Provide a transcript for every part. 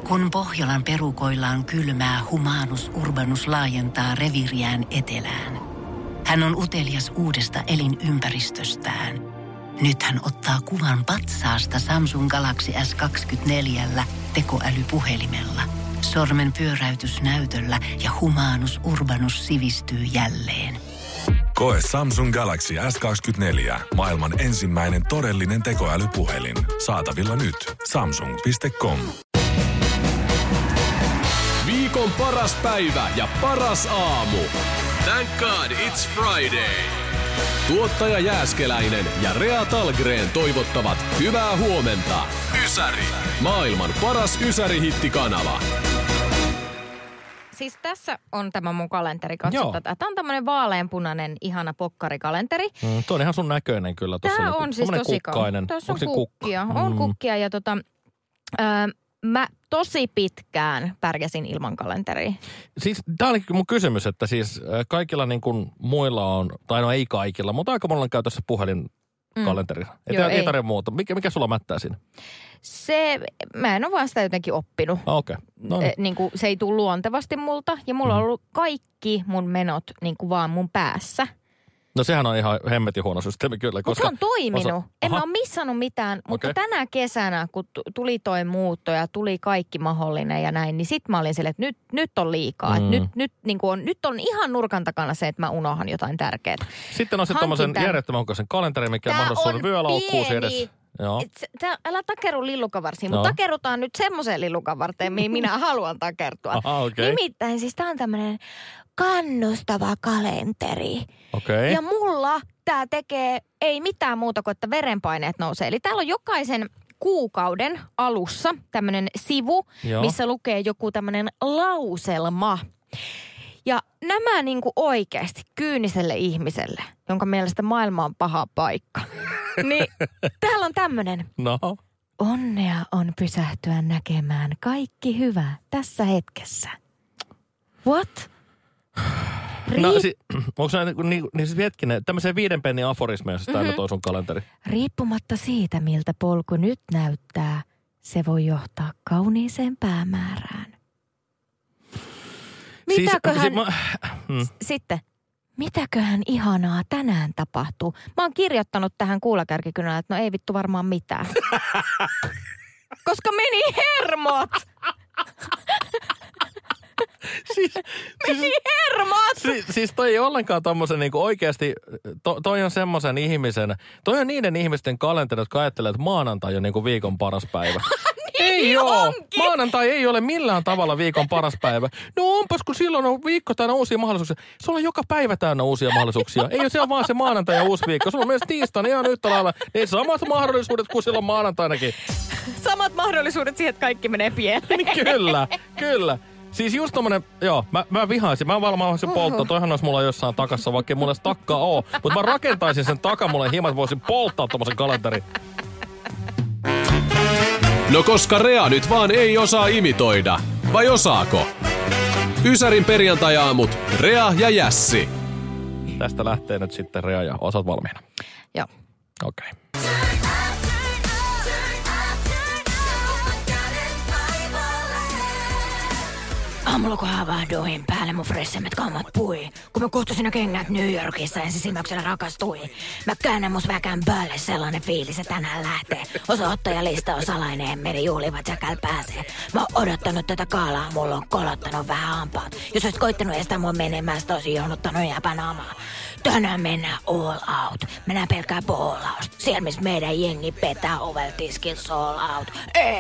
Kun Pohjolan perukoillaan kylmää, Humanus Urbanus laajentaa reviiriään etelään. Hän on utelias uudesta elinympäristöstään. Nyt hän ottaa kuvan patsaasta Samsung Galaxy S24 tekoälypuhelimella. Sormen pyöräytys näytöllä ja Humanus Urbanus sivistyy jälleen. Koe Samsung Galaxy S24. Maailman ensimmäinen todellinen tekoälypuhelin. Saatavilla nyt. Samsung.com. Viikon paras päivä ja paras aamu. Thank God it's Friday. Tuottaja Jääskeläinen ja Rea Tallgren toivottavat hyvää huomenta. Ysäri. Maailman paras Ysäri-hittikanava. Siis tässä on tämä mun kalenteri. Katso tätä. Tämä on tämmöinen vaaleanpunainen, ihana pokkarikalenteri. Tuo on ihan sun näköinen kyllä. Tämä on siis tosi kukkainen. Tuossa on kukkia. On kukkia ja mä tosi pitkään pärjäsin ilman kalenteria. Siis tämä oli mun kysymys, että siis kaikilla niin kuin muilla on, tai no ei kaikilla, mutta aika monella on käytössä puhelinkalenteri. Ei tarvitse muuta. Mikä sulla mättää siinä? Mä en ole vaan sitä jotenkin oppinut. Okei. No niin. Niin kuin, se ei tule luontevasti multa ja mulla on ollut kaikki mun menot niin kuin vaan mun päässä. No sehän on ihan hemmetin huono systeemi kyllä. Mutta se on toiminut. En mä ole missannut mitään, mutta tänä kesänä, kun tuli toi muutto ja tuli kaikki mahdollinen ja näin, niin sit mä olin silleen, että nyt on liikaa. Nyt on ihan nurkan takana se, että mä unohan jotain tärkeää. Sitten on sitten tommosen järjettömän kokoisen kalenteri, mikä on mahdollisuus vyölaukkuusi edes. Joo. Älä takeru lillukavarsiin, mutta takerutaan nyt semmoiseen lillukavarteen, mihin minä haluan takertua. Aha, okay. Nimittäin siis tää on tämmönen kannustava kalenteri. Okay. Ja mulla tää tekee ei mitään muuta kuin, että verenpaineet nousee. Eli täällä on jokaisen kuukauden alussa tämmönen sivu, missä lukee joku tämmönen lauselma. Ja nämä niinku oikeasti kyyniselle ihmiselle, jonka mielestä maailma on paha paikka, niin täällä on tämmönen. No. Onnea on pysähtyä näkemään kaikki hyvä tässä hetkessä. What? Onko se niin hetkinen, tämmöiseen 5 pennin aforismeja, jos täällä toi sun kalenteri? Riippumatta siitä, miltä polku nyt näyttää, se voi johtaa kauniiseen päämäärään. Sitten, mitäköhän ihanaa tänään tapahtuu? Mä oon kirjoittanut tähän kuulakärkikynällä, että no ei vittu varmaan mitään. Koska meni hermot! Meni hermot! Siis toi ei ollenkaan tommosen niinku oikeasti, toi on semmoisen ihmisen, toi on niiden ihmisten kalenteri, jotka ajattelee, että maanantai on niinku viikon paras päivä. Ei oo. Maanantai ei ole millään tavalla viikon paras päivä. No onpas, kun silloin on viikko täynnä uusia mahdollisuuksia. Sulla on joka päivä täynnä uusia mahdollisuuksia. Ei ole siellä vaan se maanantai ja uusi viikko. Sulla on myös tiistaina ihan yhtä lailla. Ne samat mahdollisuudet kuin silloin maanantainakin. Samat mahdollisuudet siihen, että kaikki menee pieleen. Kyllä. Siis just tommonen, mä vihaisin. Mä valmaisin polttaa. Toihan olisi mulla jossain takassa, vaikka ei mulla edes takkaa oo. Mutta mä rakentaisin sen takan mulle himat, voisin polttaa tommosen kalenterin. No koska Rea nyt vaan ei osaa imitoida. Vai osaako? Ysärin perjantai-aamut, Rea ja Jässi. Tästä lähtee nyt sitten Rea ja osaat valmiina. Joo. Okei. Aamulla kun havahduin, päälle mun freshemmät kammat pui. Kun mä kohtasin ne kengät New Yorkissa, ensisimmäyksellä rakastui. Mä käännän mus väkään päälle, sellainen fiilis, että tänään lähtee. Osoittajalista on salainen, meidän juhlivat jäkäl pääsee. Mä oon odottanut tätä kaalaa, mulla on kolottanut vähän hampaat. Jos oisit koittanut estää mua menemään, sit oisin johnuttanut jäpänamaa. Tänään mennään all out. Mennään pelkkää ballausta. Siellä missä meidän jengi petää oveltiskil soul out.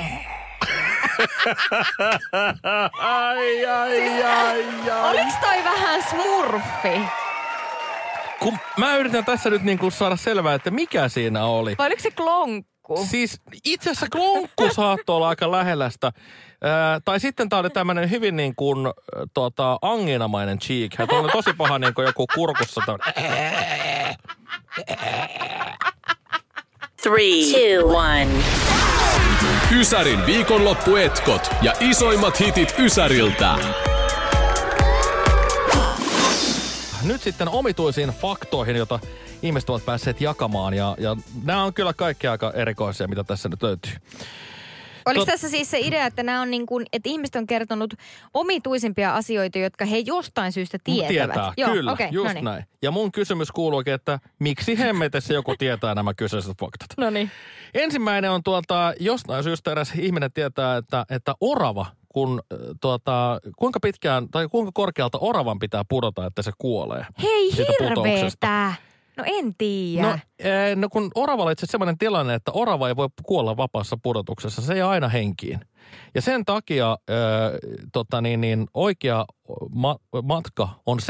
Ai. Oliks toi vähän smurfi? Kun mä yritän tässä nyt niinku saada selvää, että mikä siinä oli. Vai oliko se klonkku? Siis itse asiassa klonkku saattoi olla aika lähellä sitä. Tai sitten tää oli tämmönen hyvin niin kuin anginamainen cheek. Tuo oli tosi paha niin kuin joku kurkussa. 3, 2, 1. Ysärin viikonloppuetkot ja isoimmat hitit Ysäriltä. Nyt sitten omituisiin faktoihin, joita ihmiset ovat päässeet jakamaan. Ja nämä on kyllä kaikki aika erikoisia, mitä tässä nyt löytyy. Oliko tässä siis se idea, että nämä on niin kuin, että ihmiset on kertonut omituisimpia asioita, jotka he jostain syystä tietävät? Tietää, Joo, kyllä, okay, just noniin. näin. Ja mun kysymys kuuluukin, että miksi hemmetessä joku tietää nämä kyseiset faktat? Noniin. Ensimmäinen on jostain syystä eräs ihminen tietää, että orava, kuinka pitkään tai kuinka korkealta oravan pitää pudota, että se kuolee. Hei, siitä putouksesta. hirveetä! No en tiedä. No kun oravalla itse sellainen tilanne, että orava ei voi kuolla vapaassa pudotuksessa, se ei aina henkiin. Ja sen takia oikea matka on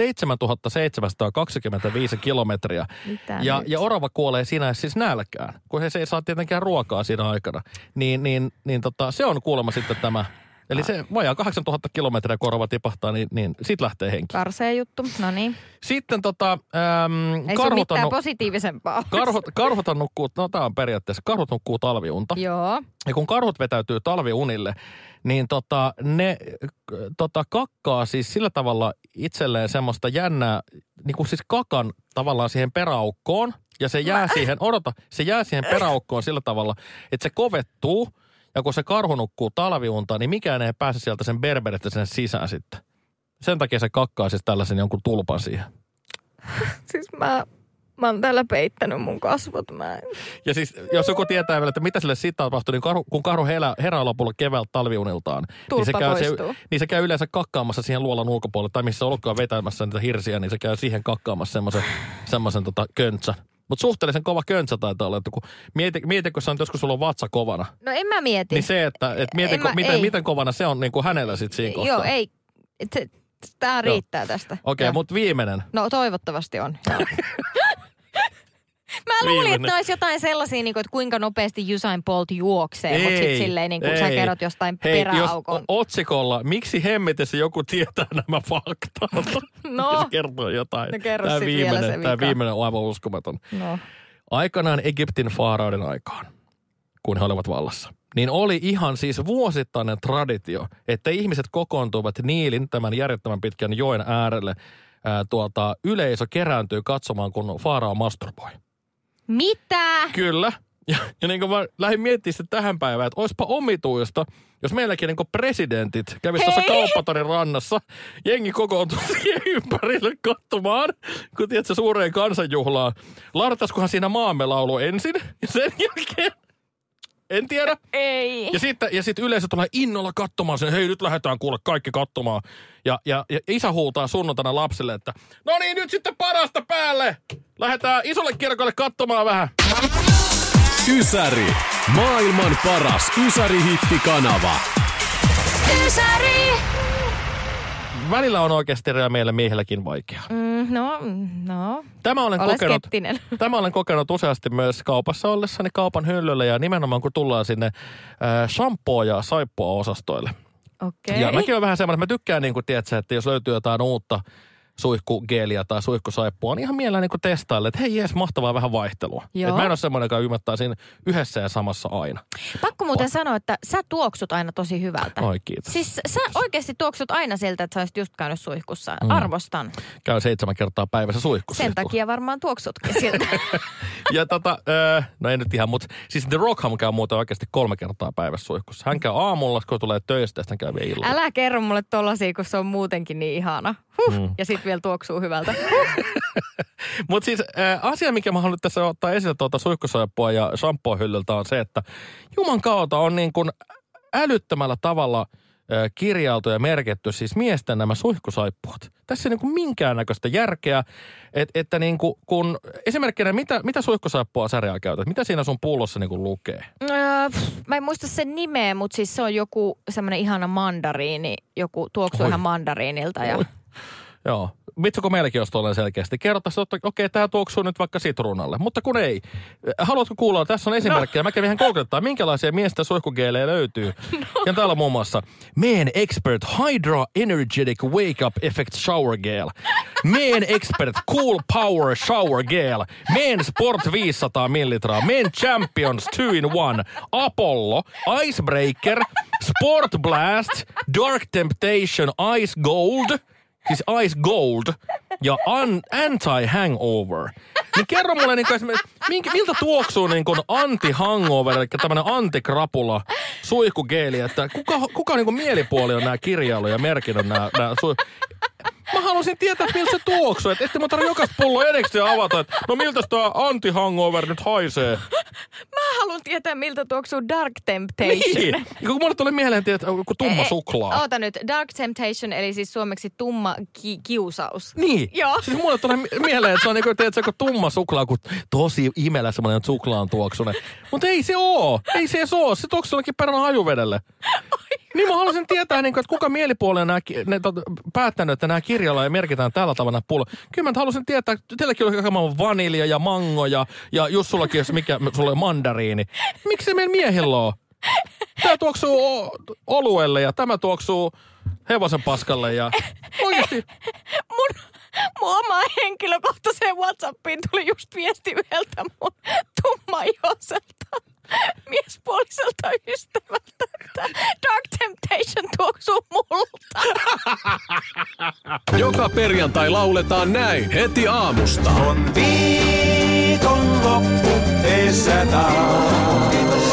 7725 kilometriä. Ja orava kuolee siinä siis nälkään, kun se ei saa tietenkään ruokaa siinä aikana. Se on kuulemma sitten tämä. Eli se vajaa 8000 kilometriä korva tipahtaa, niin sit lähtee henki. Karsee juttu, no niin. Sitten ei se ole mitään positiivisempaa. Karhut nukkuu, tää on periaatteessa, karhut nukkuu talviunta. Joo. Ja kun karhut vetäytyy talviunille, niin ne kakkaa siis sillä tavalla itselleen semmoista jännää, niin kuin siis kakan tavallaan siihen peräaukkoon. Ja se jää siihen peräaukkoon sillä tavalla, että se kovettuu. Ja kun se karhu nukkuu talviuntaan, niin mikään ei pääse sieltä sen berberistä sen sisään sitten. Sen takia se kakkaa siis tällaisen jonkun tulpan siihen. Siis mä oon täällä peittänyt mun kasvot. Ja siis, jos joku tietää vielä, että mitä sille sitten tapahtuu, niin kun karhu herää lopulla keväältä talviuniltaan, niin se käy yleensä kakkaamassa siihen luolan ulkopuolelle, tai missä olkoon vetämässä niitä hirsiä, niin se käy siihen kakkaamassa semmoisen köntsän. Mutta suhteellisen kova köntsä taitaa olla, että kun mieti, kun sä on joskus sulla on vatsa kovana. No en mä mieti. Niin se, että miten kovana se on niin kuin hänellä sitten siinä kohtaa. Joo, ei. Tää riittää tästä. Okei, mutta viimeinen. No toivottavasti on. Mä luulin, että ne olisi jotain sellaisia, niin kuin, että kuinka nopeasti Usain Bolt juoksee, mutta sitten silleen, niin kuin sä kerrot jostain peräaukon. Jos otsikolla, miksi hemmetessä joku tietää nämä faktat? No. Se kertoo jotain. No kerro sitten vielä se vika. Tämä viimeinen on aivan uskomaton. No. Aikanaan Egyptin faaraoiden aikaan, kun he olivat vallassa, niin oli ihan siis vuosittainen traditio, että ihmiset kokoontuivat Niilin, tämän järjettömän pitkän joen äärelle. Yleisö kerääntyy katsomaan, kun faarao masturboi. Mitä? Kyllä. Ja niin kuin mä lähdin miettimään sitten tähän päivään, että olisipa omituista, jos meilläkin niin kuin presidentit kävisi tuossa Kauppatorin rannassa, jengi kokoontuu siihen ympärille katsomaan, kun tiedätkö suureen kansanjuhlaan. Lartaskohan siinä maamme laulu ensin ja sen jälkeen, en tiedä. Ei. Ja sitten yleisö tulee innolla katsomaan sen, hei nyt lähdetään kuule kaikki katsomaan. Ja isä huutaa sunnuntaina lapsille, että no niin nyt sitten parasta päälle. Lähdetään isolle kirkolle katsomaan vähän. Ysäri. Maailman paras Ysäri-hittikanava. Ysäri! Välillä on oikeasti meillä miehilläkin vaikea. No. Tämä olen kokenut useasti myös kaupassa ollessani kaupan hyllyllä ja nimenomaan kun tullaan sinne shampoo- ja saippua-osastoille. Okei. Ja mäkin olen vähän semmoinen, että mä tykkään niin kuin, tiedätkö, että jos löytyy jotain uutta suihkugeeliä tai suihkusaippua, niin ihan mielellään niin testaille, että hei jees, mahtavaa vähän vaihtelua. Että mä en ole semmoinen, joka ymmärtää siinä yhdessä ja samassa aina. Pakko muuten sanoa, että sä tuoksut aina tosi hyvältä. Oi kiitos. Siis sä oikeasti tuoksut aina siltä, että sä olisit just käynyt suihkussa. Arvostan. Käy 7 kertaa päivässä suihkussa. Sen takia varmaan tuoksutkin siltä. Ja no ei nyt ihan, mutta siis The Rockham käy muuten oikeasti 3 kertaa päivässä suihkussa. Hän käy aamulla, kun tulee töistä, ja sitten käy vielä illalla. Älä kerro mulle tollasia, kun se on muutenkin niin ihana. Ja sit vielä tuoksuu hyvältä. Mutta siis asia, mikä mä haluan tässä ottaa esille suihkusaippua ja shampoo-hyllyltä on se, että juman kautta on niin kuin älyttömällä tavalla kirjailtu ja merkitty siis miesten nämä suihkusaippuat. Tässä ei niin kuin minkäännäköistä järkeä, että niin kuin, kun esimerkkinä mitä suihkusaippua sä käytät? Mitä siinä sun pullossa niin kuin lukee? Mä en muista sen nimeä, mutta siis se on joku semmoinen ihana mandariini, joku tuoksuu ihan mandariinilta. Ja... Joo. Vitsi, kun meilläkin olisi tuollainen selkeästi. Kerrottaisiin, että okei, tämä tuoksuu nyt vaikka sitruunalle. Mutta kun ei. Haluatko kuulla? Tässä on esimerkkejä. Mä kävin ihan googlettaa, minkälaisia miesten suihkugeelejä löytyy. Ja täällä on muun muassa Men Expert Hydra Energetic Wake Up Effect Shower Gel. Men Expert Cool Power Shower Gel. Men Sport 500 ml. Men Champions 2-in-1. Apollo. Icebreaker. Sport Blast. Dark Temptation Ice Gold. Siis Ice Gold ja Anti-Hangover. Niin kerro mulle niinku esimerkiksi, miltä tuoksuu niinku anti-hangover, eli tämmönen antikrapula suihkugeeli, että kuka niinku mielipuoli on nää kirjailu ja merkinnät nää Mä haluaisin tietää, että miltä se tuoksuu. Että ette mä tarvitse jokaista pulloa erikseen avata, että no miltä tää anti-hangover nyt haisee. Mä haluan tietää, miltä tuoksuu Dark Temptation. Niin. Kun mulle tuli mieleen, että tumma suklaa. Oota nyt, Dark Temptation, eli siis suomeksi tumma kiusaus. Niin. Joo. Siis mulle tulee mieleen, että se on niinku, tiedätkö, tosi suklaa, kun tosi imelä semmoinen suklaan tuoksunen. Mutta ei se oo. Ei se oo. Se tuoksuu jollekin perään hajuvedelle. Niin mä haluaisin tietää, että kuka mielipuoli on päättänyt, että nämä kirjalla merkitään tällä tavalla pullo. Kyllä mä haluaisin tietää, että teilläkin oli kaikenlainen vanilja ja mango ja just sullakin, mikä sulla on mandariini. Miksi se meillä miehillä on? Tää tuoksuu oluelle ja tämä tuoksuu hevosen paskalle ja oikeasti. Mun omaan henkilökohtaiseen WhatsAppiin tuli just viesti yhdeltä mun tummaihoiselta miespuoliselta ystävältä, että Dark Temptation tuoksuu multa. Joka perjantai lauletaan näin heti aamusta. On viikonloppu edessä taas.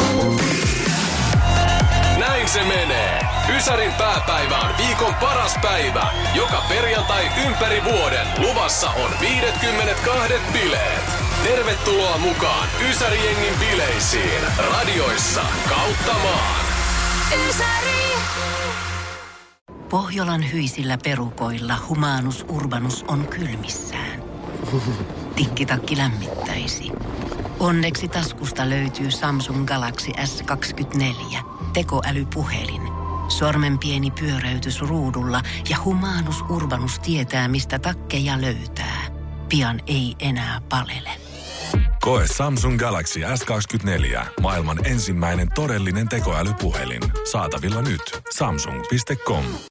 Näin se menee. Ysärin pääpäivä on viikon paras päivä. Joka perjantai ympäri vuoden luvassa on 52 bileet. Tervetuloa mukaan Ysäri-jengin bileisiin. Radioissa kautta maan. Ysäri! Pohjolan hyisillä perukoilla Humanus Urbanus on kylmissään. Tikkitakki lämmittäisi. Onneksi taskusta löytyy Samsung Galaxy S24. Tekoälypuhelin. Sormenpieni pyöräytys ruudulla ja Humanus Urbanus tietää, mistä takkeja löytää. Pian ei enää palele. Koe Samsung Galaxy S24. Maailman ensimmäinen todellinen tekoälypuhelin. Saatavilla nyt. Samsung.com.